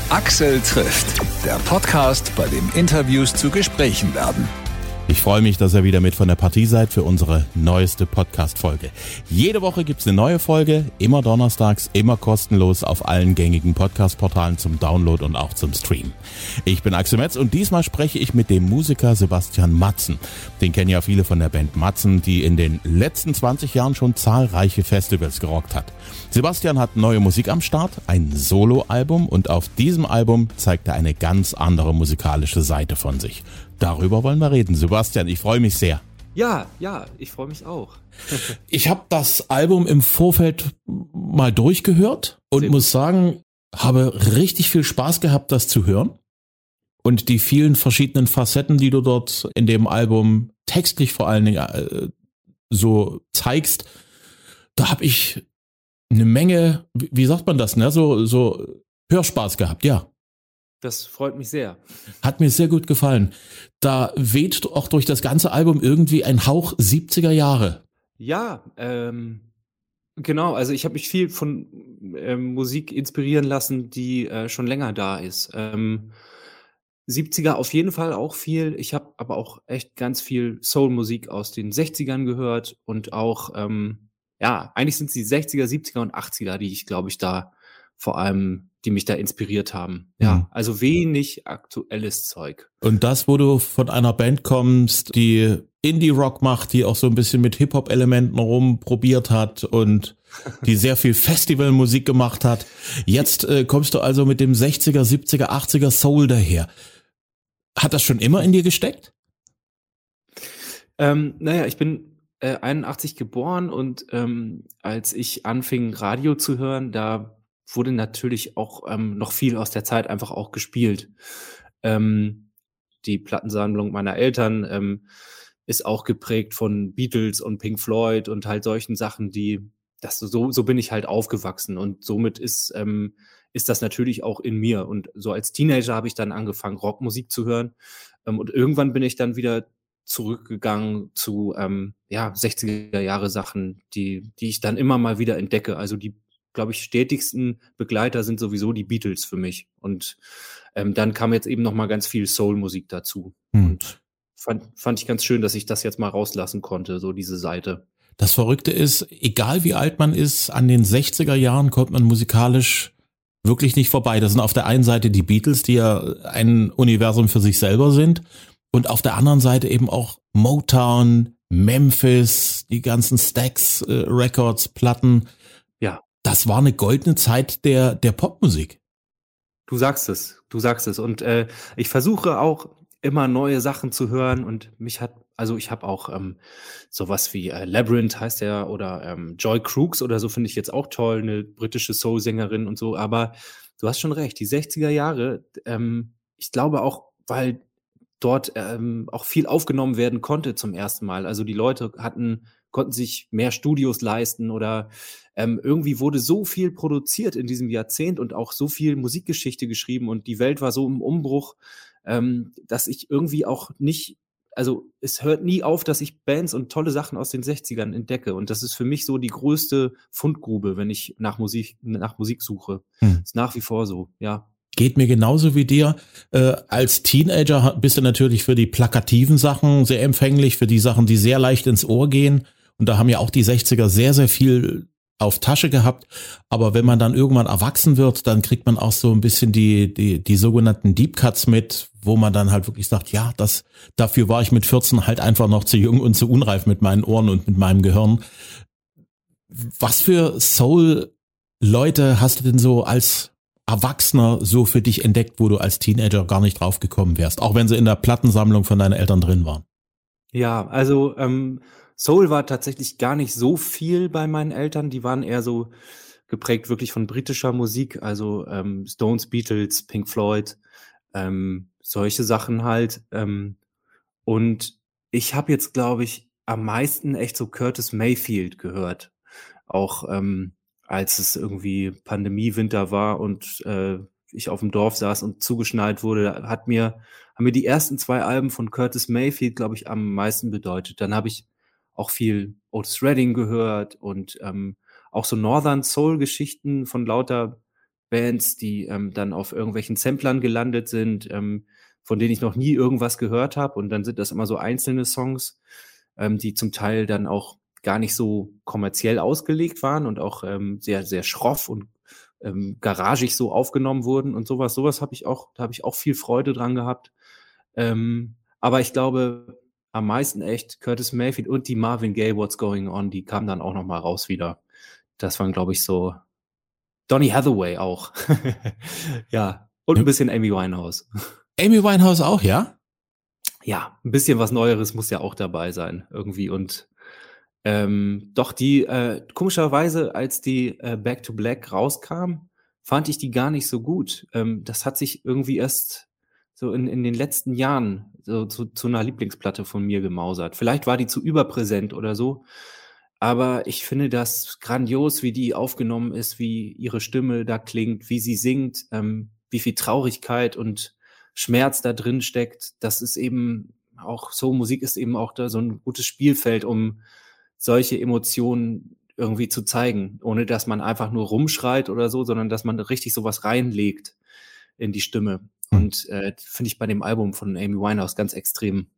Axel trifft, der Podcast, bei dem Interviews zu Gesprächen werden. Ich freue mich, dass ihr wieder mit von der Partie seid für unsere neueste Podcast-Folge. Jede Woche gibt's eine neue Folge, immer donnerstags, immer kostenlos auf allen gängigen Podcast-Portalen zum Download und auch zum Stream. Ich bin Axel Metz und diesmal spreche ich mit dem Musiker Sebastian Matzen. Den kennen ja viele von der Band Matzen, die in den letzten 20 Jahren schon zahlreiche Festivals gerockt hat. Sebastian hat neue Musik am Start, ein Soloalbum, und auf diesem Album zeigt er eine ganz andere musikalische Seite von sich. Darüber wollen wir reden. Sebastian, ich freue mich sehr. Ja, ich freue mich auch. Ich habe das Album im Vorfeld mal durchgehört und muss sagen, habe richtig viel Spaß gehabt, das zu hören. Und die vielen verschiedenen Facetten, die du dort in dem Album textlich vor allen Dingen so zeigst, da habe ich eine Menge, wie sagt man das, ne? So Hörspaß gehabt, ja. Das freut mich sehr. Hat mir sehr gut gefallen. Da weht auch durch das ganze Album irgendwie ein Hauch 70er Jahre. Ja, genau. Also ich habe mich viel von Musik inspirieren lassen, die schon länger da ist. 70er auf jeden Fall auch viel. Ich habe aber auch echt ganz viel Soul-Musik aus den 60ern gehört und auch, eigentlich sind es die 60er, 70er und 80er, die ich, glaube ich, da vor allem, die mich da inspiriert haben. Ja, also wenig aktuelles Zeug. Und das, wo du von einer Band kommst, die Indie-Rock macht, die auch so ein bisschen mit Hip-Hop-Elementen rumprobiert hat und die sehr viel Festivalmusik gemacht hat. Jetzt kommst du also mit dem 60er, 70er, 80er Soul daher. Hat das schon immer in dir gesteckt? Ich bin 81 geboren und als ich anfing, Radio zu hören, da wurde natürlich auch noch viel aus der Zeit einfach auch gespielt. Die Plattensammlung meiner Eltern ist auch geprägt von Beatles und Pink Floyd und halt solchen Sachen, so bin ich halt aufgewachsen und somit ist das natürlich auch in mir. Und so als Teenager habe ich dann angefangen, Rockmusik zu hören und irgendwann bin ich dann wieder zurückgegangen zu 60er Jahre Sachen, die ich dann immer mal wieder entdecke. Also die, glaube ich, stetigsten Begleiter sind sowieso die Beatles für mich. Und dann kam jetzt eben noch mal ganz viel Soul-Musik dazu. Und fand ich ganz schön, dass ich das jetzt mal rauslassen konnte, so diese Seite. Das Verrückte ist, egal wie alt man ist, an den 60er Jahren kommt man musikalisch wirklich nicht vorbei. Das sind auf der einen Seite die Beatles, die ja ein Universum für sich selber sind. Und auf der anderen Seite eben auch Motown, Memphis, die ganzen Stax Records, Platten. Ja. Das war eine goldene Zeit der Popmusik. Du sagst es. Und ich versuche auch immer neue Sachen zu hören und ich habe auch sowas wie Labyrinth heißt der oder Joy Crooks oder so, finde ich jetzt auch toll, eine britische Soul-Sängerin und so, aber du hast schon recht, die 60er Jahre, ich glaube auch, weil dort auch viel aufgenommen werden konnte zum ersten Mal. Also die Leute konnten sich mehr Studios leisten oder irgendwie wurde so viel produziert in diesem Jahrzehnt und auch so viel Musikgeschichte geschrieben und die Welt war so im Umbruch, dass ich irgendwie auch nicht, also es hört nie auf, dass ich Bands und tolle Sachen aus den 60ern entdecke und das ist für mich so die größte Fundgrube, wenn ich nach Musik suche. Ist nach wie vor so, ja. Geht mir genauso wie dir. Als Teenager bist du natürlich für die plakativen Sachen sehr empfänglich, für die Sachen, die sehr leicht ins Ohr gehen. Und da haben ja auch die 60er sehr, sehr viel auf Tasche gehabt. Aber wenn man dann irgendwann erwachsen wird, dann kriegt man auch so ein bisschen die sogenannten Deep Cuts mit, wo man dann halt wirklich sagt, ja, dafür war ich mit 14 halt einfach noch zu jung und zu unreif mit meinen Ohren und mit meinem Gehirn. Was für Soul-Leute hast du denn so als Erwachsener so für dich entdeckt, wo du als Teenager gar nicht drauf gekommen wärst, auch wenn sie in der Plattensammlung von deinen Eltern drin waren? Ja, also Soul war tatsächlich gar nicht so viel bei meinen Eltern, die waren eher so geprägt wirklich von britischer Musik, also Stones, Beatles, Pink Floyd, solche Sachen halt. Und ich habe jetzt, glaube ich, am meisten echt so Curtis Mayfield gehört, auch als es irgendwie Pandemie-Winter war und ich auf dem Dorf saß und zugeschneit wurde, haben mir die ersten 2 Alben von Curtis Mayfield, glaube ich, am meisten bedeutet. Dann habe ich auch viel Otis Redding gehört und auch so Northern Soul-Geschichten von lauter Bands, die dann auf irgendwelchen Samplern gelandet sind, von denen ich noch nie irgendwas gehört habe. Und dann sind das immer so einzelne Songs, die zum Teil dann auch gar nicht so kommerziell ausgelegt waren und auch sehr, sehr schroff und garagig so aufgenommen wurden und sowas. Sowas habe ich auch, da habe ich auch viel Freude dran gehabt. Aber ich glaube, am meisten echt Curtis Mayfield und die Marvin Gaye What's Going On, die kamen dann auch noch mal raus wieder. Das waren, glaube ich, so Donny Hathaway auch. Ja, und ein bisschen Amy Winehouse. Amy Winehouse auch, ja? Ja, ein bisschen was Neueres muss ja auch dabei sein irgendwie und doch die komischerweise, als die Back to Black rauskam, fand ich die gar nicht so gut. Das hat sich irgendwie erst so in den letzten Jahren so zu 'ner Lieblingsplatte von mir gemausert. Vielleicht war die zu überpräsent oder so, aber ich finde das grandios, wie die aufgenommen ist, wie ihre Stimme da klingt, wie sie singt, wie viel Traurigkeit und Schmerz da drin steckt. Das ist eben auch so Musik ist eben auch da so 'n gutes Spielfeld, um solche Emotionen irgendwie zu zeigen, ohne dass man einfach nur rumschreit oder so, sondern dass man richtig so was reinlegt in die Stimme. Und finde ich bei dem Album von Amy Winehouse ganz extrem.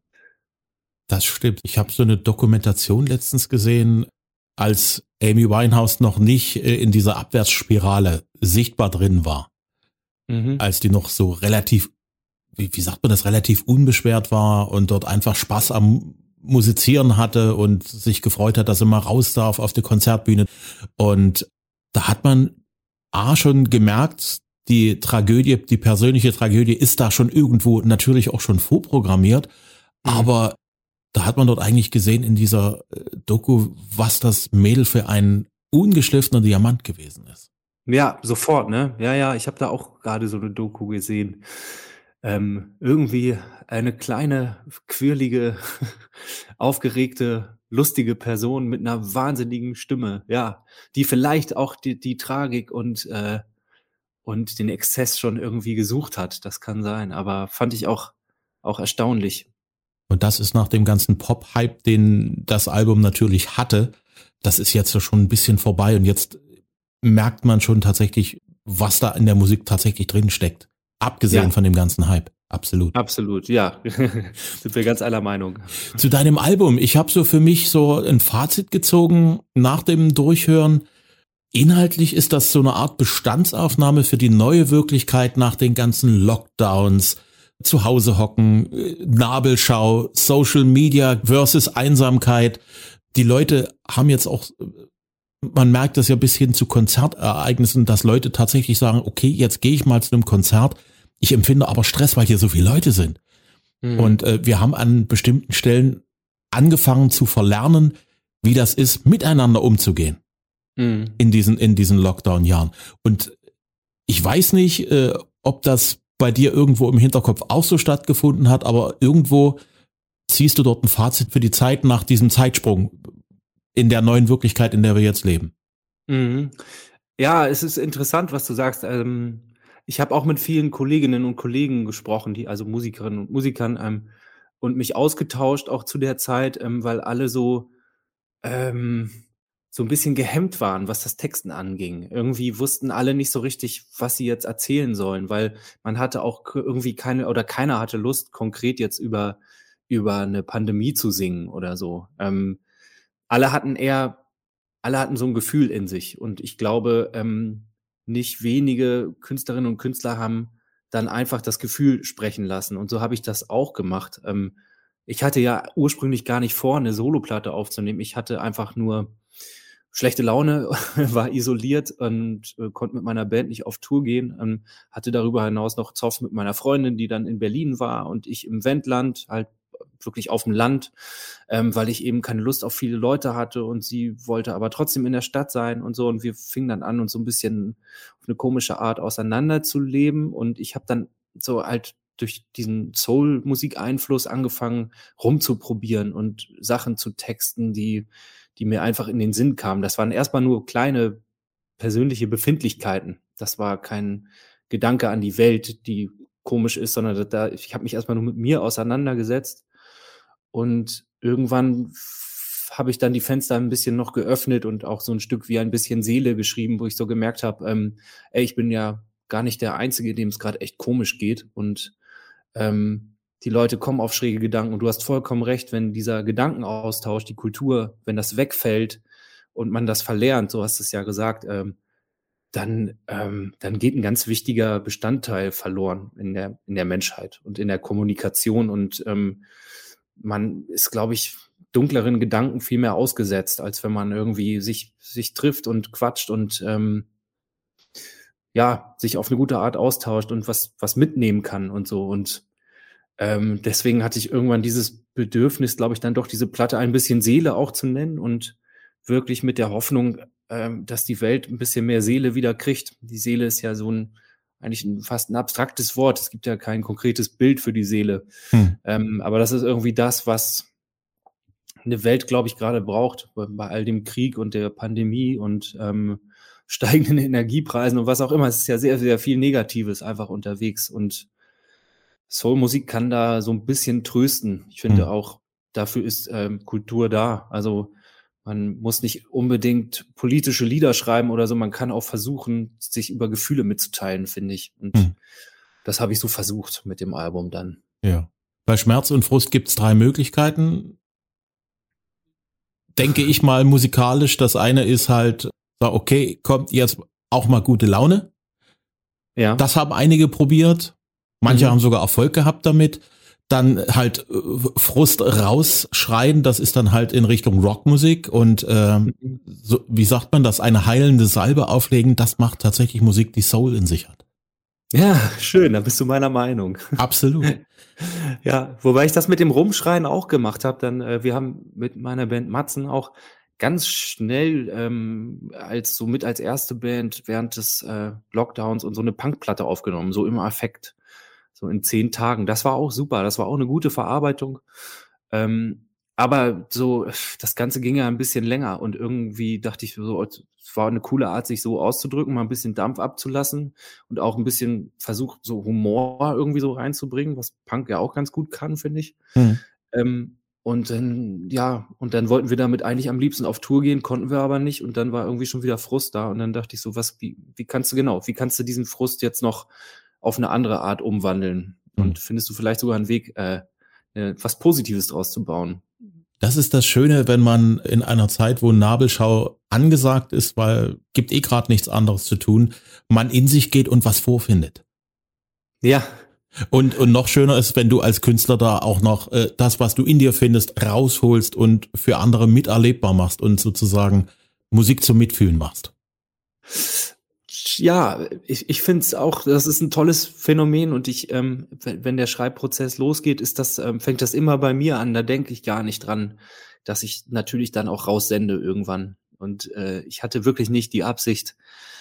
Das stimmt. Ich habe so eine Dokumentation letztens gesehen, als Amy Winehouse noch nicht in dieser Abwärtsspirale sichtbar drin war. Mhm. Als die noch so relativ, wie sagt man das, relativ unbeschwert war und dort einfach Spaß am Musizieren hatte und sich gefreut hat, dass sie mal raus darf auf die Konzertbühne. Und da hat man schon gemerkt, die Tragödie, die persönliche Tragödie ist da schon irgendwo natürlich auch schon vorprogrammiert. Aber da hat man dort eigentlich gesehen in dieser Doku, was das Mädel für ein ungeschliffener Diamant gewesen ist. Ja, sofort, ne? Ja, ja, ich habe da auch gerade so eine Doku gesehen. Irgendwie eine kleine, quirlige, aufgeregte, lustige Person mit einer wahnsinnigen Stimme, ja, die vielleicht auch die Tragik und den Exzess schon irgendwie gesucht hat. Das kann sein, aber fand ich auch erstaunlich. Und das ist nach dem ganzen Pop-Hype, den das Album natürlich hatte, das ist jetzt schon ein bisschen vorbei und jetzt merkt man schon tatsächlich, was da in der Musik tatsächlich drin steckt. Abgesehen Ja. von dem ganzen Hype. Absolut. Absolut, ja. Sind wir ganz einer Meinung. Zu deinem Album. Ich habe so für mich so ein Fazit gezogen nach dem Durchhören. Inhaltlich ist das so eine Art Bestandsaufnahme für die neue Wirklichkeit nach den ganzen Lockdowns, zu Hause hocken, Nabelschau, Social Media versus Einsamkeit. Die Leute haben jetzt auch, man merkt das ja bis hin zu Konzertereignissen, dass Leute tatsächlich sagen, okay, jetzt gehe ich mal zu einem Konzert. Ich empfinde aber Stress, weil hier so viele Leute sind. Mhm. Und wir haben an bestimmten Stellen angefangen zu verlernen, wie das ist, miteinander umzugehen Mhm. in diesen Lockdown-Jahren. Und ich weiß nicht, ob das bei dir irgendwo im Hinterkopf auch so stattgefunden hat, aber irgendwo ziehst du dort ein Fazit für die Zeit nach diesem Zeitsprung in der neuen Wirklichkeit, in der wir jetzt leben. Mhm. Ja, es ist interessant, was du sagst. Ich habe auch mit vielen Kolleginnen und Kollegen gesprochen, die also Musikerinnen und Musikern, und mich ausgetauscht auch zu der Zeit, weil alle ähm, so ein bisschen gehemmt waren, was das Texten anging. Irgendwie wussten alle nicht so richtig, was sie jetzt erzählen sollen, weil man hatte auch irgendwie keine oder keiner hatte Lust, konkret jetzt über eine Pandemie zu singen oder so. Alle hatten eher alle hatten so ein Gefühl in sich und ich glaube, nicht wenige Künstlerinnen und Künstler haben dann einfach das Gefühl sprechen lassen und so habe ich das auch gemacht. Ich hatte ja ursprünglich gar nicht vor, eine Soloplatte aufzunehmen. Ich hatte einfach nur schlechte Laune, war isoliert und konnte mit meiner Band nicht auf Tour gehen. Hatte darüber hinaus noch Zoff mit meiner Freundin, die dann in Berlin war und ich im Wendland, halt wirklich auf dem Land, weil ich eben keine Lust auf viele Leute hatte und sie wollte aber trotzdem in der Stadt sein und so. Und wir fingen dann an, uns so ein bisschen auf eine komische Art auseinanderzuleben. Und ich habe dann so halt durch diesen Soul-Musik-Einfluss angefangen, rumzuprobieren und Sachen zu texten, die mir einfach in den Sinn kamen. Das waren erstmal nur kleine persönliche Befindlichkeiten. Das war kein Gedanke an die Welt, die komisch ist, sondern ich habe mich erstmal nur mit mir auseinandergesetzt und irgendwann habe ich dann die Fenster ein bisschen noch geöffnet und auch so ein Stück wie ein bisschen Seele geschrieben, wo ich so gemerkt habe, ich bin ja gar nicht der Einzige, dem es gerade echt komisch geht und die Leute kommen auf schräge Gedanken und du hast vollkommen recht, wenn dieser Gedankenaustausch, die Kultur, wenn das wegfällt und man das verlernt, so hast du es ja gesagt, dann geht ein ganz wichtiger Bestandteil verloren in der Menschheit und in der Kommunikation und man ist, glaube ich, dunkleren Gedanken viel mehr ausgesetzt, als wenn man irgendwie sich trifft und quatscht und sich auf eine gute Art austauscht und was mitnehmen kann und so. Und deswegen hatte ich irgendwann dieses Bedürfnis, glaube ich, dann doch diese Platte ein bisschen Seele auch zu nennen und wirklich mit der Hoffnung, dass die Welt ein bisschen mehr Seele wieder kriegt. Die Seele ist ja eigentlich fast ein abstraktes Wort. Es gibt ja kein konkretes Bild für die Seele. Aber das ist irgendwie das, was eine Welt, glaube ich, gerade braucht, bei all dem Krieg und der Pandemie und steigenden Energiepreisen und was auch immer. Es ist ja sehr, sehr viel Negatives einfach unterwegs und Soulmusik kann da so ein bisschen trösten. Ich finde auch, dafür ist Kultur da. Also man muss nicht unbedingt politische Lieder schreiben oder so. Man kann auch versuchen, sich über Gefühle mitzuteilen, finde ich. Und das habe ich so versucht mit dem Album dann. Ja. Bei Schmerz und Frust gibt es 3 Möglichkeiten. Denke ich mal musikalisch. Das eine ist halt, okay, kommt jetzt auch mal gute Laune. Ja. Das haben einige probiert. Manche haben sogar Erfolg gehabt damit. Dann halt Frust rausschreien, das ist dann halt in Richtung Rockmusik und so, wie sagt man das, eine heilende Salbe auflegen, das macht tatsächlich Musik, die Soul in sich hat. Ja, schön, da bist du meiner Meinung. Absolut. Ja, wobei ich das mit dem Rumschreien auch gemacht habe, dann wir haben mit meiner Band Matzen auch ganz schnell als erste Band während des Lockdowns und so eine Punkplatte aufgenommen, so im Affekt. So in 10 Tagen. Das war auch super. Das war auch eine gute Verarbeitung. Aber so, das Ganze ging ja ein bisschen länger und irgendwie dachte ich so, es war eine coole Art, sich so auszudrücken, mal ein bisschen Dampf abzulassen und auch ein bisschen versucht, so Humor irgendwie so reinzubringen, was Punk ja auch ganz gut kann, finde ich. Und dann wollten wir damit eigentlich am liebsten auf Tour gehen, konnten wir aber nicht und dann war irgendwie schon wieder Frust da und dann dachte ich so, wie kannst du diesen Frust jetzt noch auf eine andere Art umwandeln? Und findest du vielleicht sogar einen Weg, was Positives draus zu bauen? Das ist das Schöne, wenn man in einer Zeit, wo Nabelschau angesagt ist, weil gibt gerade nichts anderes zu tun, man in sich geht und was vorfindet. Ja. Und noch schöner ist, wenn du als Künstler da auch noch das, was du in dir findest, rausholst und für andere miterlebbar machst und sozusagen Musik zum Mitfühlen machst. Ja, ich finde es auch, das ist ein tolles Phänomen und wenn der Schreibprozess losgeht, fängt das immer bei mir an, da denke ich gar nicht dran, dass ich natürlich dann auch raussende irgendwann und ich hatte wirklich nicht die Absicht,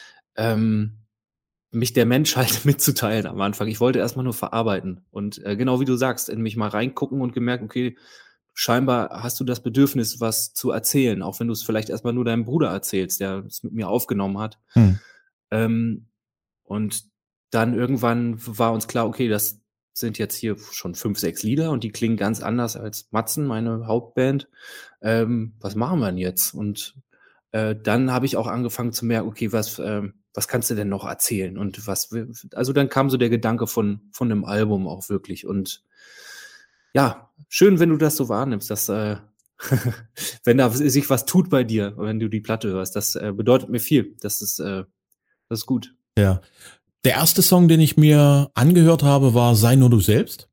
mich der Menschheit mitzuteilen am Anfang. Ich wollte erstmal nur verarbeiten und genau wie du sagst, in mich mal reingucken und gemerkt, okay, scheinbar hast du das Bedürfnis, was zu erzählen, auch wenn du es vielleicht erstmal nur deinem Bruder erzählst, der es mit mir aufgenommen hat. Und dann irgendwann war uns klar, okay, das sind jetzt hier schon 5, 6 Lieder und die klingen ganz anders als Matzen, meine Hauptband. Was machen wir denn jetzt? Und dann habe ich auch angefangen zu merken, okay, was kannst du denn noch erzählen? Und also dann kam so der Gedanke von einem Album auch wirklich. Und ja, schön, wenn du das so wahrnimmst, dass wenn da sich was tut bei dir, wenn du die Platte hörst, das bedeutet mir viel. Das ist gut. Ja. Der erste Song, den ich mir angehört habe, war Sei nur du selbst.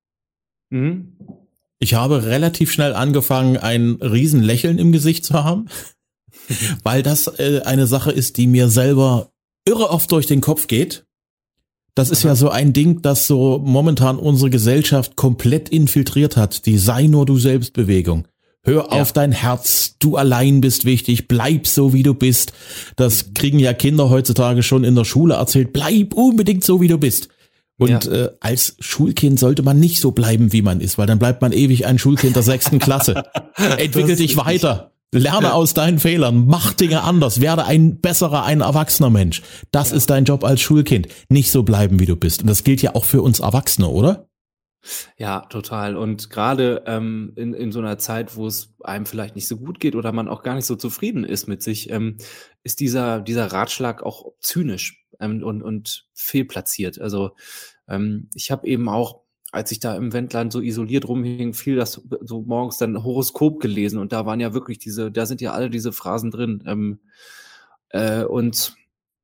Ich habe relativ schnell angefangen, ein riesen Lächeln im Gesicht zu haben, weil das eine Sache ist, die mir selber irre oft durch den Kopf geht. Das ist ja so ein Ding, das so momentan unsere Gesellschaft komplett infiltriert hat, die Sei nur du selbst Bewegung. Hör auf dein Herz, du allein bist wichtig, bleib so wie du bist. Das kriegen ja Kinder heutzutage schon in der Schule erzählt, bleib unbedingt so wie du bist. Und als Schulkind sollte man nicht so bleiben, wie man ist, weil dann bleibt man ewig ein Schulkind der 6. Klasse. Entwickel dich weiter, lerne aus deinen Fehlern, mach Dinge anders, werde ein besserer, ein erwachsener Mensch. Das ist dein Job als Schulkind, nicht so bleiben, wie du bist. Und das gilt ja auch für uns Erwachsene, oder? Ja, total. Und gerade in so einer Zeit, wo es einem vielleicht nicht so gut geht oder man auch gar nicht so zufrieden ist mit sich, ist dieser Ratschlag auch zynisch, und fehlplatziert. Also, ich habe eben auch, als ich da im Wendland so isoliert rumhing, viel das so morgens dann Horoskop gelesen und da waren ja wirklich da sind ja alle diese Phrasen drin. Und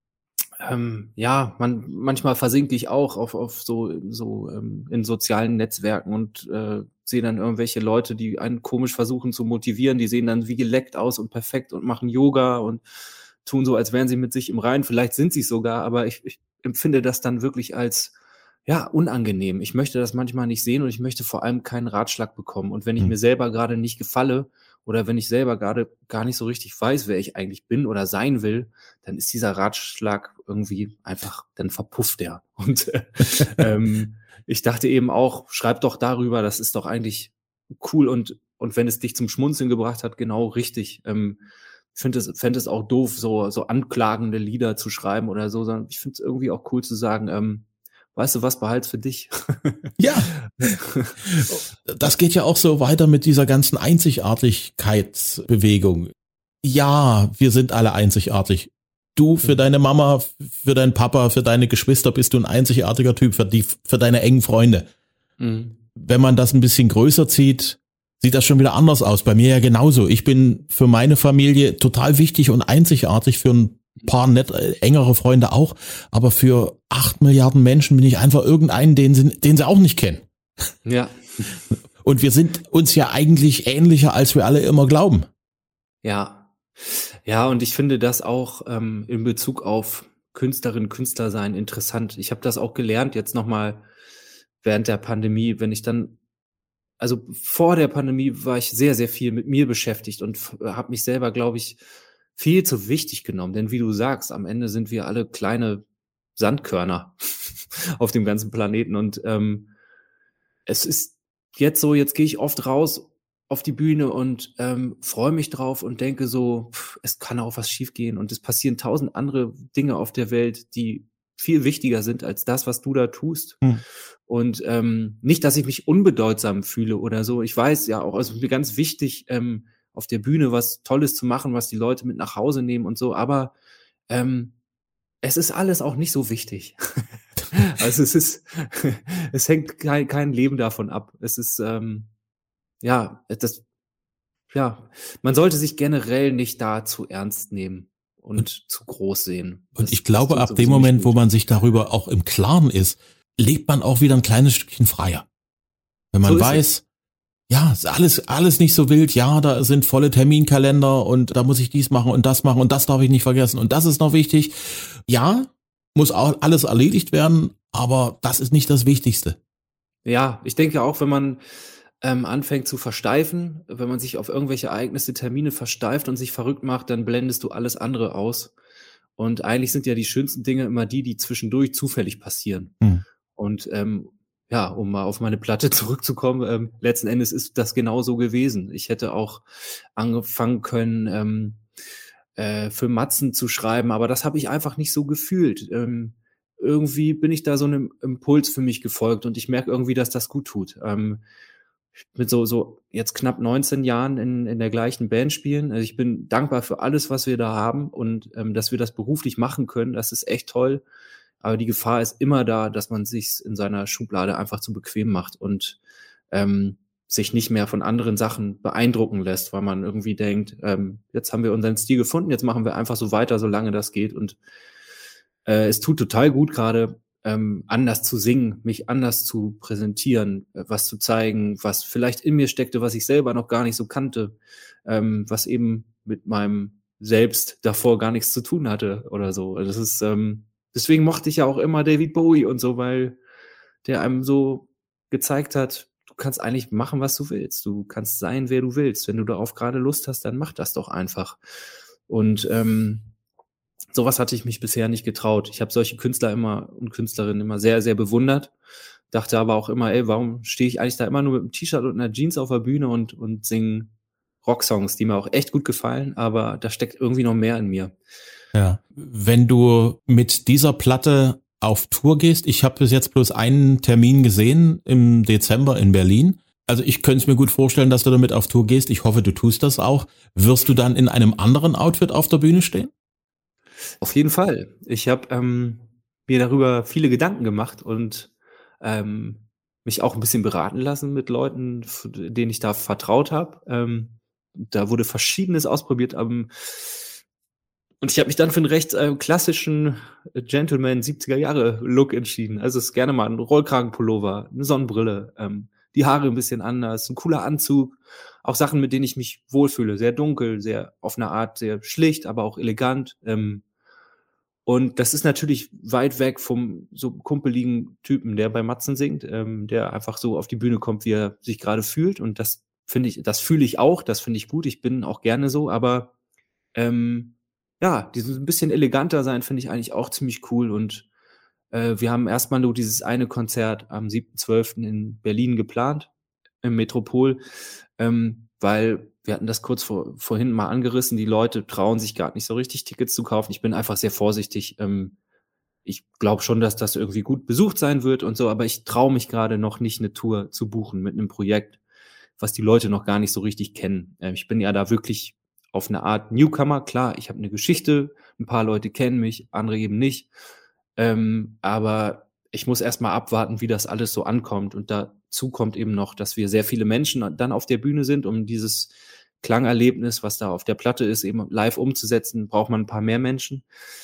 ja, manchmal versinke ich auch auf in sozialen Netzwerken und sehe dann irgendwelche Leute, die einen komisch versuchen zu motivieren. Die sehen dann wie geleckt aus und perfekt und machen Yoga und tun so, als wären sie mit sich im Reinen. Vielleicht sind sie es sogar, aber ich empfinde das dann wirklich als, ja, unangenehm. Ich möchte das manchmal nicht sehen und ich möchte vor allem keinen Ratschlag bekommen. Und wenn ich mir selber gerade nicht gefalle oder wenn ich selber gerade gar nicht so richtig weiß, wer ich eigentlich bin oder sein will, dann ist dieser Ratschlag irgendwie einfach, dann verpufft der. Und ich dachte eben auch, schreib doch darüber, das ist doch eigentlich cool und wenn es dich zum Schmunzeln gebracht hat, genau richtig. Fände es auch doof, so anklagende Lieder zu schreiben oder so, sondern ich finde es irgendwie auch cool zu sagen, weißt du was, behalt's für dich. Ja, das geht ja auch so weiter mit dieser ganzen Einzigartigkeitsbewegung. Ja, wir sind alle einzigartig. Du für deine Mama, für deinen Papa, für deine Geschwister bist du ein einzigartiger Typ, für deine engen Freunde. Mhm. Wenn man das ein bisschen größer zieht, sieht das schon wieder anders aus. Bei mir ja genauso. Ich bin für meine Familie total wichtig und einzigartig, für ein paar engere Freunde auch, aber für 8 Milliarden Menschen bin ich einfach irgendeinen, den sie auch nicht kennen. Ja. Und wir sind uns ja eigentlich ähnlicher, als wir alle immer glauben. Ja. Ja, und ich finde das auch in Bezug auf Künstlerinnen, Künstler sein interessant. Ich habe das auch gelernt jetzt nochmal während der Pandemie, also vor der Pandemie war ich sehr, sehr viel mit mir beschäftigt und habe mich selber, glaube ich, viel zu wichtig genommen. Denn wie du sagst, am Ende sind wir alle kleine Sandkörner auf dem ganzen Planeten. Und es ist jetzt so, jetzt gehe ich oft raus auf die Bühne und freue mich drauf und denke so, es kann auch was schiefgehen. Und es passieren 1000 andere Dinge auf der Welt, die viel wichtiger sind als das, was du da tust. Und nicht, dass ich mich unbedeutsam fühle oder so. Ich weiß ja auch, also mir ganz wichtig, auf der Bühne was Tolles zu machen, was die Leute mit nach Hause nehmen und so. Aber es ist alles auch nicht so wichtig. Also es hängt kein Leben davon ab. Es ist, man sollte sich generell nicht da zu ernst nehmen und zu groß sehen. Und ich glaube, ab dem Moment, wo man sich darüber auch im Klaren ist, lebt man auch wieder ein kleines Stückchen freier. Wenn man weiß, ja, ist alles nicht so wild, ja, da sind volle Terminkalender und da muss ich dies machen und das darf ich nicht vergessen und das ist noch wichtig. Ja, muss auch alles erledigt werden, aber das ist nicht das Wichtigste. Ja, ich denke auch, wenn man anfängt zu versteifen, wenn man sich auf irgendwelche Ereignisse, Termine versteift und sich verrückt macht, dann blendest du alles andere aus. Und eigentlich sind ja die schönsten Dinge immer die zwischendurch zufällig passieren. Und um mal auf meine Platte zurückzukommen, letzten Endes ist das genau so gewesen. Ich hätte auch angefangen können, für Matzen zu schreiben, aber das habe ich einfach nicht so gefühlt. Irgendwie bin ich da so einem Impuls für mich gefolgt und ich merke irgendwie, dass das gut tut. Mit so jetzt knapp 19 Jahren in der gleichen Band spielen. Also ich bin dankbar für alles, was wir da haben und dass wir das beruflich machen können. Das ist echt toll. Aber die Gefahr ist immer da, dass man sich in seiner Schublade einfach zu bequem macht und sich nicht mehr von anderen Sachen beeindrucken lässt, weil man irgendwie denkt, jetzt haben wir unseren Stil gefunden, jetzt machen wir einfach so weiter, solange das geht. Und es tut total gut gerade, anders zu singen, mich anders zu präsentieren, was zu zeigen, was vielleicht in mir steckte, was ich selber noch gar nicht so kannte, was eben mit meinem Selbst davor gar nichts zu tun hatte oder so. Das ist, deswegen mochte ich ja auch immer David Bowie und so, weil der einem so gezeigt hat, du kannst eigentlich machen, was du willst. Du kannst sein, wer du willst. Wenn du darauf gerade Lust hast, dann mach das doch einfach. Und sowas hatte ich mich bisher nicht getraut. Ich habe solche Künstler und Künstlerinnen immer sehr, sehr bewundert. Dachte aber auch immer, warum stehe ich eigentlich da immer nur mit einem T-Shirt und einer Jeans auf der Bühne und singe Rocksongs, die mir auch echt gut gefallen, aber da steckt irgendwie noch mehr in mir. Ja, wenn du mit dieser Platte auf Tour gehst. Ich habe bis jetzt bloß einen Termin gesehen im Dezember in Berlin. Also ich könnte es mir gut vorstellen, dass du damit auf Tour gehst. Ich hoffe, du tust das auch. Wirst du dann in einem anderen Outfit auf der Bühne stehen? Auf jeden Fall. Ich habe mir darüber viele Gedanken gemacht und mich auch ein bisschen beraten lassen mit Leuten, denen ich da vertraut habe. Da wurde Verschiedenes ausprobiert. Und ich habe mich dann für einen recht klassischen Gentleman 70er-Jahre-Look entschieden. Also es ist gerne mal ein Rollkragenpullover, eine Sonnenbrille, die Haare ein bisschen anders, ein cooler Anzug, auch Sachen, mit denen ich mich wohlfühle. Sehr dunkel, sehr auf eine Art sehr schlicht, aber auch elegant. Und das ist natürlich weit weg vom so kumpeligen Typen, der bei Matzen singt, der einfach so auf die Bühne kommt, wie er sich gerade fühlt. Und das fühle ich auch, das finde ich gut. Ich bin auch gerne so, aber ja, dieses ein bisschen eleganter sein finde ich eigentlich auch ziemlich cool. Und wir haben erstmal nur dieses eine Konzert am 7.12. in Berlin geplant, im Metropol, weil wir hatten das kurz vorhin mal angerissen. Die Leute trauen sich gar nicht so richtig, Tickets zu kaufen. Ich bin einfach sehr vorsichtig. Ich glaube schon, dass das irgendwie gut besucht sein wird und so, aber ich traue mich gerade noch nicht, eine Tour zu buchen mit einem Projekt, was die Leute noch gar nicht so richtig kennen. Ich bin ja da wirklich auf eine Art Newcomer. Klar, ich habe eine Geschichte, ein paar Leute kennen mich, andere eben nicht. Aber ich muss erst mal abwarten, wie das alles so ankommt. Und dazu kommt eben noch, dass wir sehr viele Menschen dann auf der Bühne sind, um dieses Klangerlebnis, was da auf der Platte ist, eben live umzusetzen, braucht man ein paar mehr Menschen.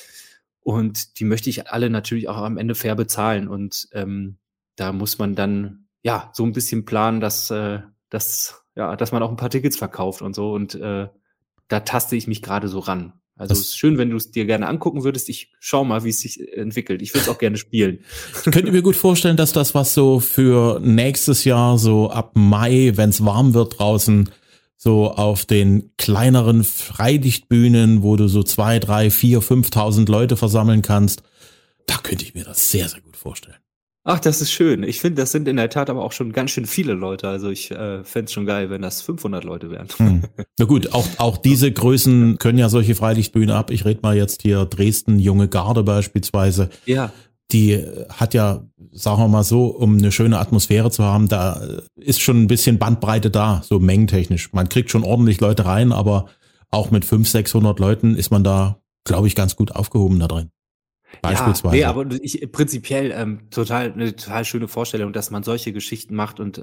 Und die möchte ich alle natürlich auch am Ende fair bezahlen. Und da muss man dann ja so ein bisschen planen, dass man auch ein paar Tickets verkauft und so. Und da taste ich mich gerade so ran. Also es ist schön, wenn du es dir gerne angucken würdest. Ich schau mal, wie es sich entwickelt. Ich würde es auch gerne spielen. Ich könnte mir gut vorstellen, dass das was so für nächstes Jahr, so ab Mai, wenn es warm wird draußen, so auf den kleineren Freilichtbühnen, wo du so 2, 3, 4, 5.000 Leute versammeln kannst, da könnte ich mir das sehr, sehr gut vorstellen. Ach, das ist schön. Ich finde, das sind in der Tat aber auch schon ganz schön viele Leute. Also ich fände es schon geil, wenn das 500 Leute wären. Na gut, auch diese Größen können ja solche Freilichtbühnen ab. Ich rede mal jetzt hier Dresden, Junge Garde beispielsweise. Ja. Die hat ja, sagen wir mal so, um eine schöne Atmosphäre zu haben, da ist schon ein bisschen Bandbreite da, so mengentechnisch. Man kriegt schon ordentlich Leute rein, aber auch mit 500, 600 Leuten ist man da, glaube ich, ganz gut aufgehoben da drin. Beispielsweise. Ja, nee, aber prinzipiell eine total schöne Vorstellung, dass man solche Geschichten macht und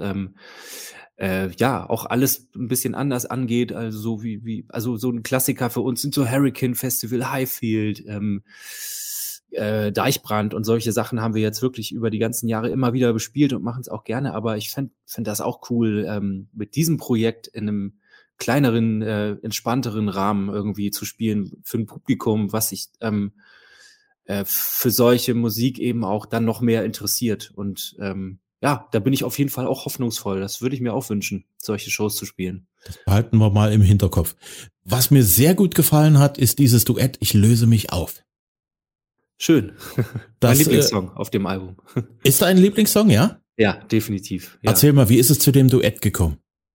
auch alles ein bisschen anders angeht, also so also so ein Klassiker für uns sind so Hurricane Festival, Highfield, Deichbrand und solche Sachen haben wir jetzt wirklich über die ganzen Jahre immer wieder bespielt und machen es auch gerne, aber ich fänd das auch cool, mit diesem Projekt in einem kleineren, entspannteren Rahmen irgendwie zu spielen für ein Publikum, was sich für solche Musik eben auch dann noch mehr interessiert. Und da bin ich auf jeden Fall auch hoffnungsvoll. Das würde ich mir auch wünschen, solche Shows zu spielen. Das behalten wir mal im Hinterkopf. Was mir sehr gut gefallen hat, ist dieses Duett Ich löse mich auf. Schön. Mein Lieblingssong auf dem Album. Ist dein Lieblingssong, ja? Ja, definitiv. Ja. Erzähl mal, wie ist es zu dem Duett gekommen?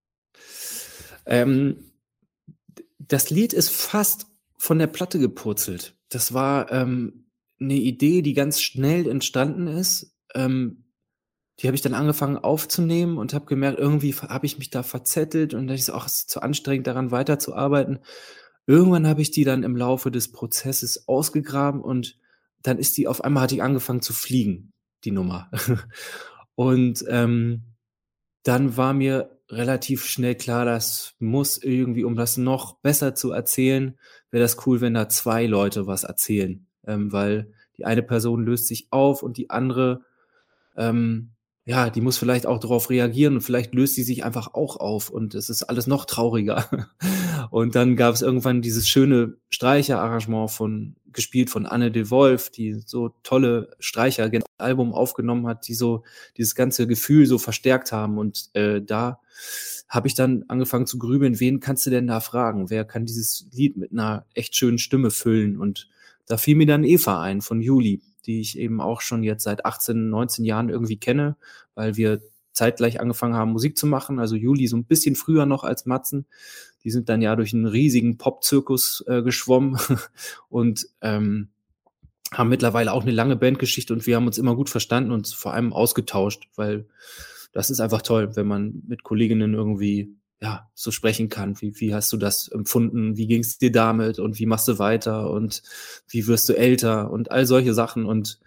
Das Lied ist fast von der Platte gepurzelt. Das war eine Idee, die ganz schnell entstanden ist. Die habe ich dann angefangen aufzunehmen und habe gemerkt, irgendwie habe ich mich da verzettelt und dachte ich so, ach, es ist zu anstrengend, daran weiterzuarbeiten. Irgendwann habe ich die dann im Laufe des Prozesses ausgegraben und dann auf einmal hat die angefangen zu fliegen, die Nummer. Und dann war mir relativ schnell klar, das muss irgendwie, um das noch besser zu erzählen, wäre das cool, wenn da 2 Leute was erzählen. Weil die eine Person löst sich auf und die andere, die muss vielleicht auch darauf reagieren und vielleicht löst sie sich einfach auch auf und es ist alles noch trauriger. Und dann gab es irgendwann dieses schöne Streicherarrangement gespielt von Anne de Wolf, die so tolle Streicher Album aufgenommen hat, die so dieses ganze Gefühl so verstärkt haben und da habe ich dann angefangen zu grübeln, wen kannst du denn da fragen? Wer kann dieses Lied mit einer echt schönen Stimme füllen? Und da fiel mir dann Eva ein von Juli, die ich eben auch schon jetzt seit 18, 19 Jahren irgendwie kenne, weil wir zeitgleich angefangen haben, Musik zu machen. Also Juli so ein bisschen früher noch als Matzen. Die sind dann ja durch einen riesigen Pop-Zirkus geschwommen. Und haben mittlerweile auch eine lange Bandgeschichte und wir haben uns immer gut verstanden und vor allem ausgetauscht, weil das ist einfach toll, wenn man mit Kolleginnen irgendwie ja so sprechen kann. Wie hast du das empfunden? Wie ging es dir damit? Und wie machst du weiter? Und wie wirst du älter? Und all solche Sachen. Und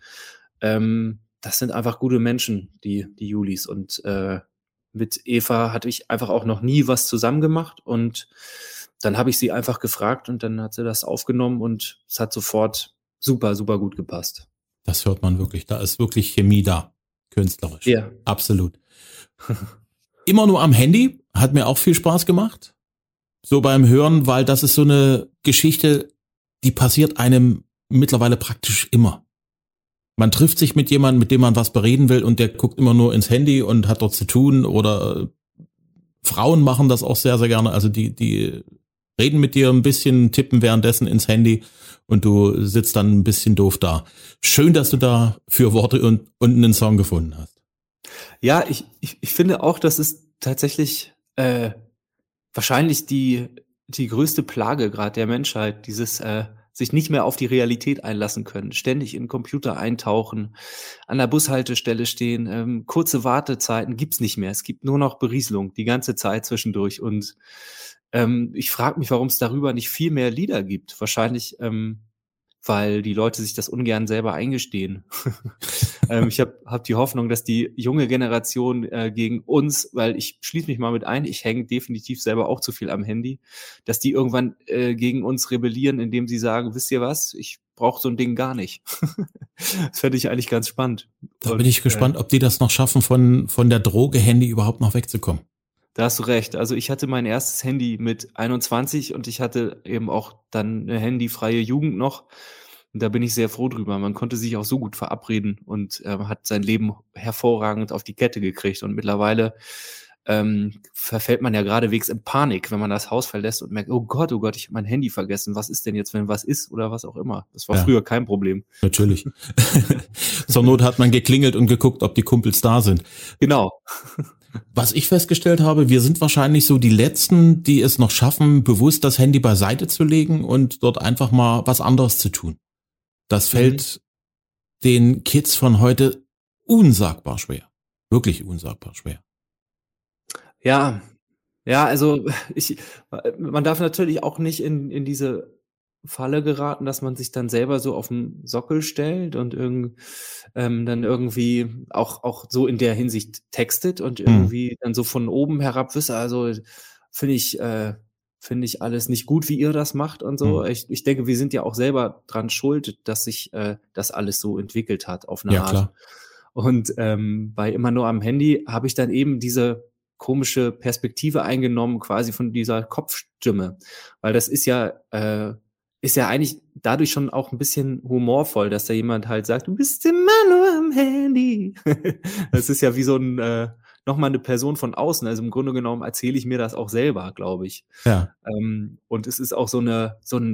das sind einfach gute Menschen, die Julis. Und mit Eva hatte ich einfach auch noch nie was zusammen gemacht. Und dann habe ich sie einfach gefragt und dann hat sie das aufgenommen und es hat sofort super, super gut gepasst. Das hört man wirklich. Da ist wirklich Chemie da. Künstlerisch. Ja. Absolut. Immer nur am Handy. Hat mir auch viel Spaß gemacht. So beim Hören, weil das ist so eine Geschichte, die passiert einem mittlerweile praktisch immer. Man trifft sich mit jemandem, mit dem man was bereden will und der guckt immer nur ins Handy und hat dort zu tun oder Frauen machen das auch sehr, sehr gerne. Also die reden mit dir ein bisschen, tippen währenddessen ins Handy und du sitzt dann ein bisschen doof da. Schön, dass du da für Worte und einen Song gefunden hast. Ja, ich finde auch, das ist tatsächlich wahrscheinlich die größte Plage gerade der Menschheit, dieses sich nicht mehr auf die Realität einlassen können, ständig in den Computer eintauchen, an der Bushaltestelle stehen, kurze Wartezeiten gibt's nicht mehr. Es gibt nur noch Berieselung die ganze Zeit zwischendurch und ich frage mich, warum es darüber nicht viel mehr Lieder gibt. Wahrscheinlich, weil die Leute sich das ungern selber eingestehen. Ich hab die Hoffnung, dass die junge Generation gegen uns, weil ich schließe mich mal mit ein, ich hänge definitiv selber auch zu viel am Handy, dass die irgendwann gegen uns rebellieren, indem sie sagen, wisst ihr was, ich brauche so ein Ding gar nicht. Das fände ich eigentlich ganz spannend. Da bin ich gespannt, ob die das noch schaffen, von der Droge Handy überhaupt noch wegzukommen. Da hast du recht. Also ich hatte mein erstes Handy mit 21 und ich hatte eben auch dann eine handyfreie Jugend noch. Und da bin ich sehr froh drüber. Man konnte sich auch so gut verabreden und hat sein Leben hervorragend auf die Kette gekriegt. Und mittlerweile verfällt man ja geradewegs in Panik, wenn man das Haus verlässt und merkt, oh Gott, ich habe mein Handy vergessen. Was ist denn jetzt, wenn was ist oder was auch immer? Das war früher kein Problem. Natürlich. Zur Not hat man geklingelt und geguckt, ob die Kumpels da sind. Genau. Was ich festgestellt habe, wir sind wahrscheinlich so die Letzten, die es noch schaffen, bewusst das Handy beiseite zu legen und dort einfach mal was anderes zu tun. Das fällt den Kids von heute unsagbar schwer. Wirklich unsagbar schwer. Ja, also man darf natürlich auch nicht in diese Falle geraten, dass man sich dann selber so auf den Sockel stellt und dann irgendwie auch so in der Hinsicht textet und irgendwie dann so von oben herab wisse, also finde ich alles nicht gut, wie ihr das macht und so. Ich denke, wir sind ja auch selber dran schuld, dass sich das alles so entwickelt hat auf eine Art. Klar. Und bei immer nur am Handy habe ich dann eben diese komische Perspektive eingenommen, quasi von dieser Kopfstimme. Weil das ist ja eigentlich dadurch schon auch ein bisschen humorvoll, dass da jemand halt sagt, du bist immer nur am Handy. Das ist ja wie so ein nochmal eine Person von außen. Also im Grunde genommen erzähle ich mir das auch selber, glaube ich. Ja. Und es ist auch so eine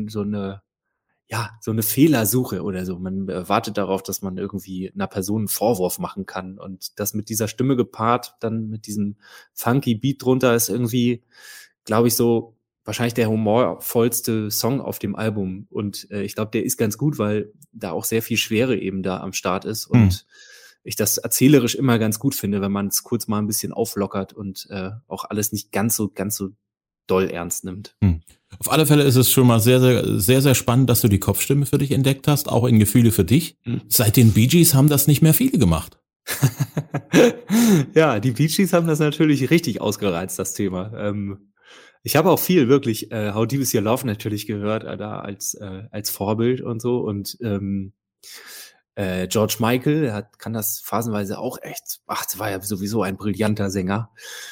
Fehlersuche oder so. Man wartet darauf, dass man irgendwie einer Person einen Vorwurf machen kann. Und das mit dieser Stimme gepaart, dann mit diesem funky Beat drunter, ist irgendwie, glaube ich, so wahrscheinlich der humorvollste Song auf dem Album. Und ich glaube, der ist ganz gut, weil da auch sehr viel Schwere eben da am Start ist. Und ich das erzählerisch immer ganz gut finde, wenn man es kurz mal ein bisschen auflockert und auch alles nicht ganz so doll ernst nimmt. Auf alle Fälle ist es schon mal sehr, sehr, sehr, sehr spannend, dass du die Kopfstimme für dich entdeckt hast, auch in Gefühle für dich. Seit den Bee Gees haben das nicht mehr viele gemacht. Ja, die Bee Gees haben das natürlich richtig ausgereizt, das Thema. Ich habe auch viel wirklich How Deep Is Your Love natürlich gehört, da als Vorbild und so. Und George Michael, kann das phasenweise auch echt, das war ja sowieso ein brillanter Sänger.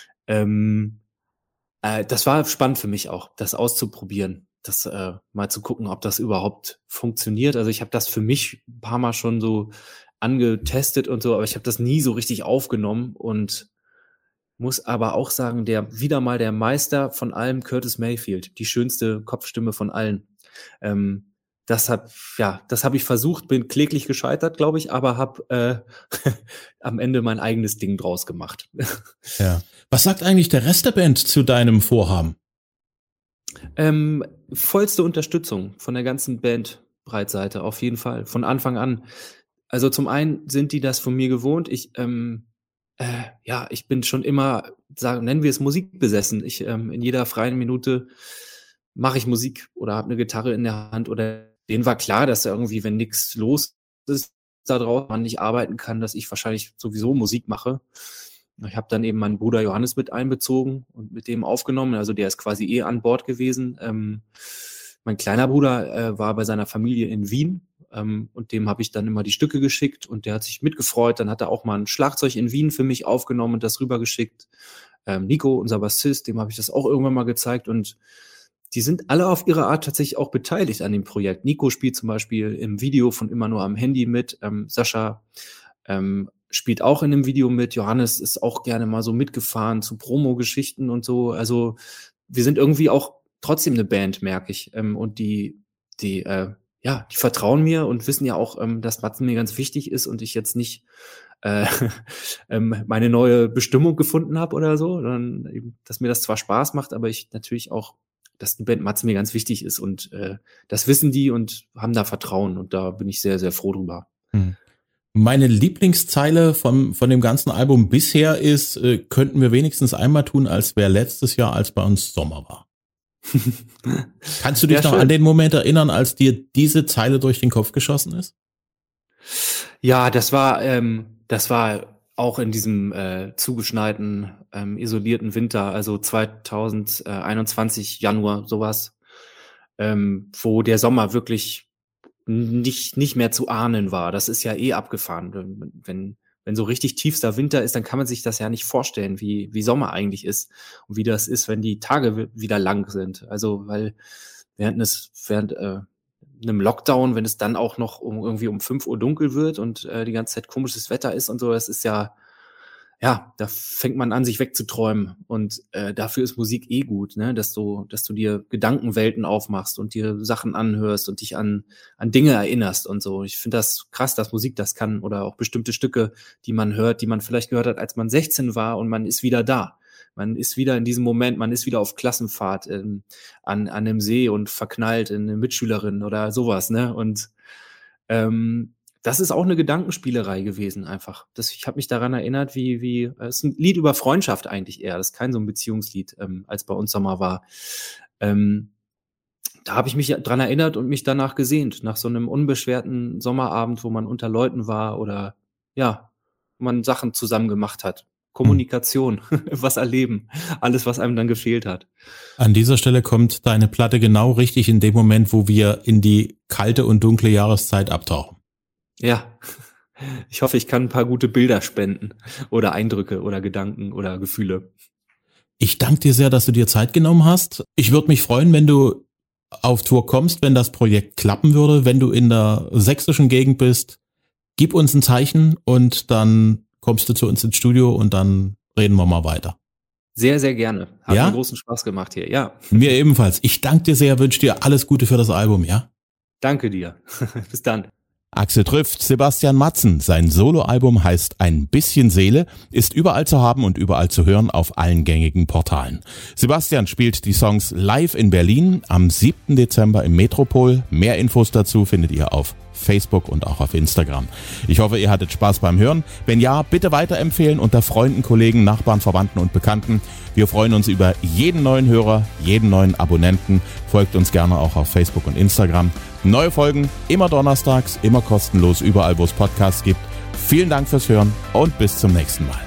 Das war spannend für mich auch, das auszuprobieren, das mal zu gucken, ob das überhaupt funktioniert. Also ich habe das für mich ein paar Mal schon so angetestet und so, aber ich habe das nie so richtig aufgenommen und muss aber auch sagen, wieder mal der Meister von allem, Curtis Mayfield, die schönste Kopfstimme von allen. Das habe ich versucht, bin kläglich gescheitert, glaube ich, aber habe am Ende mein eigenes Ding draus gemacht. Ja. Was sagt eigentlich der Rest der Band zu deinem Vorhaben? Vollste Unterstützung von der ganzen Band. Breitseite, auf jeden Fall, von Anfang an. Also zum einen sind die das von mir gewohnt. Ich bin schon immer, nennen wir es Musik besessen. In jeder freien Minute mache ich Musik oder habe eine Gitarre in der Hand oder denen war klar, dass irgendwie, wenn nichts los ist da draußen, man nicht arbeiten kann, dass ich wahrscheinlich sowieso Musik mache. Ich habe dann eben meinen Bruder Johannes mit einbezogen und mit dem aufgenommen. Also der ist quasi an Bord gewesen. Mein kleiner Bruder war bei seiner Familie in Wien und dem habe ich dann immer die Stücke geschickt und der hat sich mitgefreut. Dann hat er auch mal ein Schlagzeug in Wien für mich aufgenommen und das rübergeschickt. Nico, unser Bassist, dem habe ich das auch irgendwann mal gezeigt und die sind alle auf ihre Art tatsächlich auch beteiligt an dem Projekt. Nico spielt zum Beispiel im Video von Immer nur am Handy mit. Sascha spielt auch in dem Video mit. Johannes ist auch gerne mal so mitgefahren zu Promo-Geschichten und so. Also wir sind irgendwie auch trotzdem eine Band, merke ich. Und die vertrauen mir und wissen ja auch, dass Matzen mir ganz wichtig ist und ich jetzt nicht meine neue Bestimmung gefunden habe oder so, sondern eben, dass mir das zwar Spaß macht, aber ich natürlich auch, dass die Band Matzen mir ganz wichtig ist und das wissen die und haben da Vertrauen und da bin ich sehr, sehr froh drüber. Meine Lieblingszeile von dem ganzen Album bisher ist, könnten wir wenigstens einmal tun, als wäre letztes Jahr, als bei uns Sommer war. Kannst du dich noch an den Moment erinnern, als dir diese Zeile durch den Kopf geschossen ist? Ja, das war auch in diesem zugeschneiten, isolierten Winter, also 2021 Januar, sowas, wo der Sommer wirklich nicht mehr zu ahnen war. Das ist ja abgefahren. Wenn so richtig tiefster Winter ist, dann kann man sich das ja nicht vorstellen, wie Sommer eigentlich ist und wie das ist, wenn die Tage wieder lang sind. Also, weil während einem Lockdown, wenn es dann auch noch irgendwie um 5 Uhr dunkel wird und die ganze Zeit komisches Wetter ist und so, das ist ja, da fängt man an, sich wegzuträumen und dafür ist Musik gut, ne? Dass du dir Gedankenwelten aufmachst und dir Sachen anhörst und dich an Dinge erinnerst und so. Ich finde das krass, dass Musik das kann oder auch bestimmte Stücke, die man hört, die man vielleicht gehört hat, als man 16 war und man ist wieder da. Man ist wieder in diesem Moment, man ist wieder auf Klassenfahrt an einem See und verknallt in eine Mitschülerin oder sowas, ne? Und das ist auch eine Gedankenspielerei gewesen einfach. Ich habe mich daran erinnert, wie es ist ein Lied über Freundschaft eigentlich eher. Das ist kein so ein Beziehungslied, als bei uns Sommer war. Da habe ich mich dran erinnert und mich danach gesehnt, nach so einem unbeschwerten Sommerabend, wo man unter Leuten war oder wo man Sachen zusammen gemacht hat. Kommunikation, was erleben, alles, was einem dann gefehlt hat. An dieser Stelle kommt deine Platte genau richtig in dem Moment, wo wir in die kalte und dunkle Jahreszeit abtauchen. Ja, ich hoffe, ich kann ein paar gute Bilder spenden oder Eindrücke oder Gedanken oder Gefühle. Ich danke dir sehr, dass du dir Zeit genommen hast. Ich würde mich freuen, wenn du auf Tour kommst, wenn das Projekt klappen würde, wenn du in der sächsischen Gegend bist. Gib uns ein Zeichen und dann kommst du zu uns ins Studio und dann reden wir mal weiter. Sehr, sehr gerne. Hat mir großen Spaß gemacht hier, ja. Mir ebenfalls. Ich danke dir sehr, wünsche dir alles Gute für das Album, ja? Danke dir. Bis dann. Axel trifft Sebastian Matzen. Sein Soloalbum heißt Ein bisschen Seele, ist überall zu haben und überall zu hören auf allen gängigen Portalen. Sebastian spielt die Songs live in Berlin am 7. Dezember im Metropol. Mehr Infos dazu findet ihr auf Facebook und auch auf Instagram. Ich hoffe, ihr hattet Spaß beim Hören. Wenn ja, bitte weiterempfehlen unter Freunden, Kollegen, Nachbarn, Verwandten und Bekannten. Wir freuen uns über jeden neuen Hörer, jeden neuen Abonnenten. Folgt uns gerne auch auf Facebook und Instagram. Neue Folgen immer donnerstags, immer kostenlos, überall wo es Podcasts gibt. Vielen Dank fürs Hören und bis zum nächsten Mal.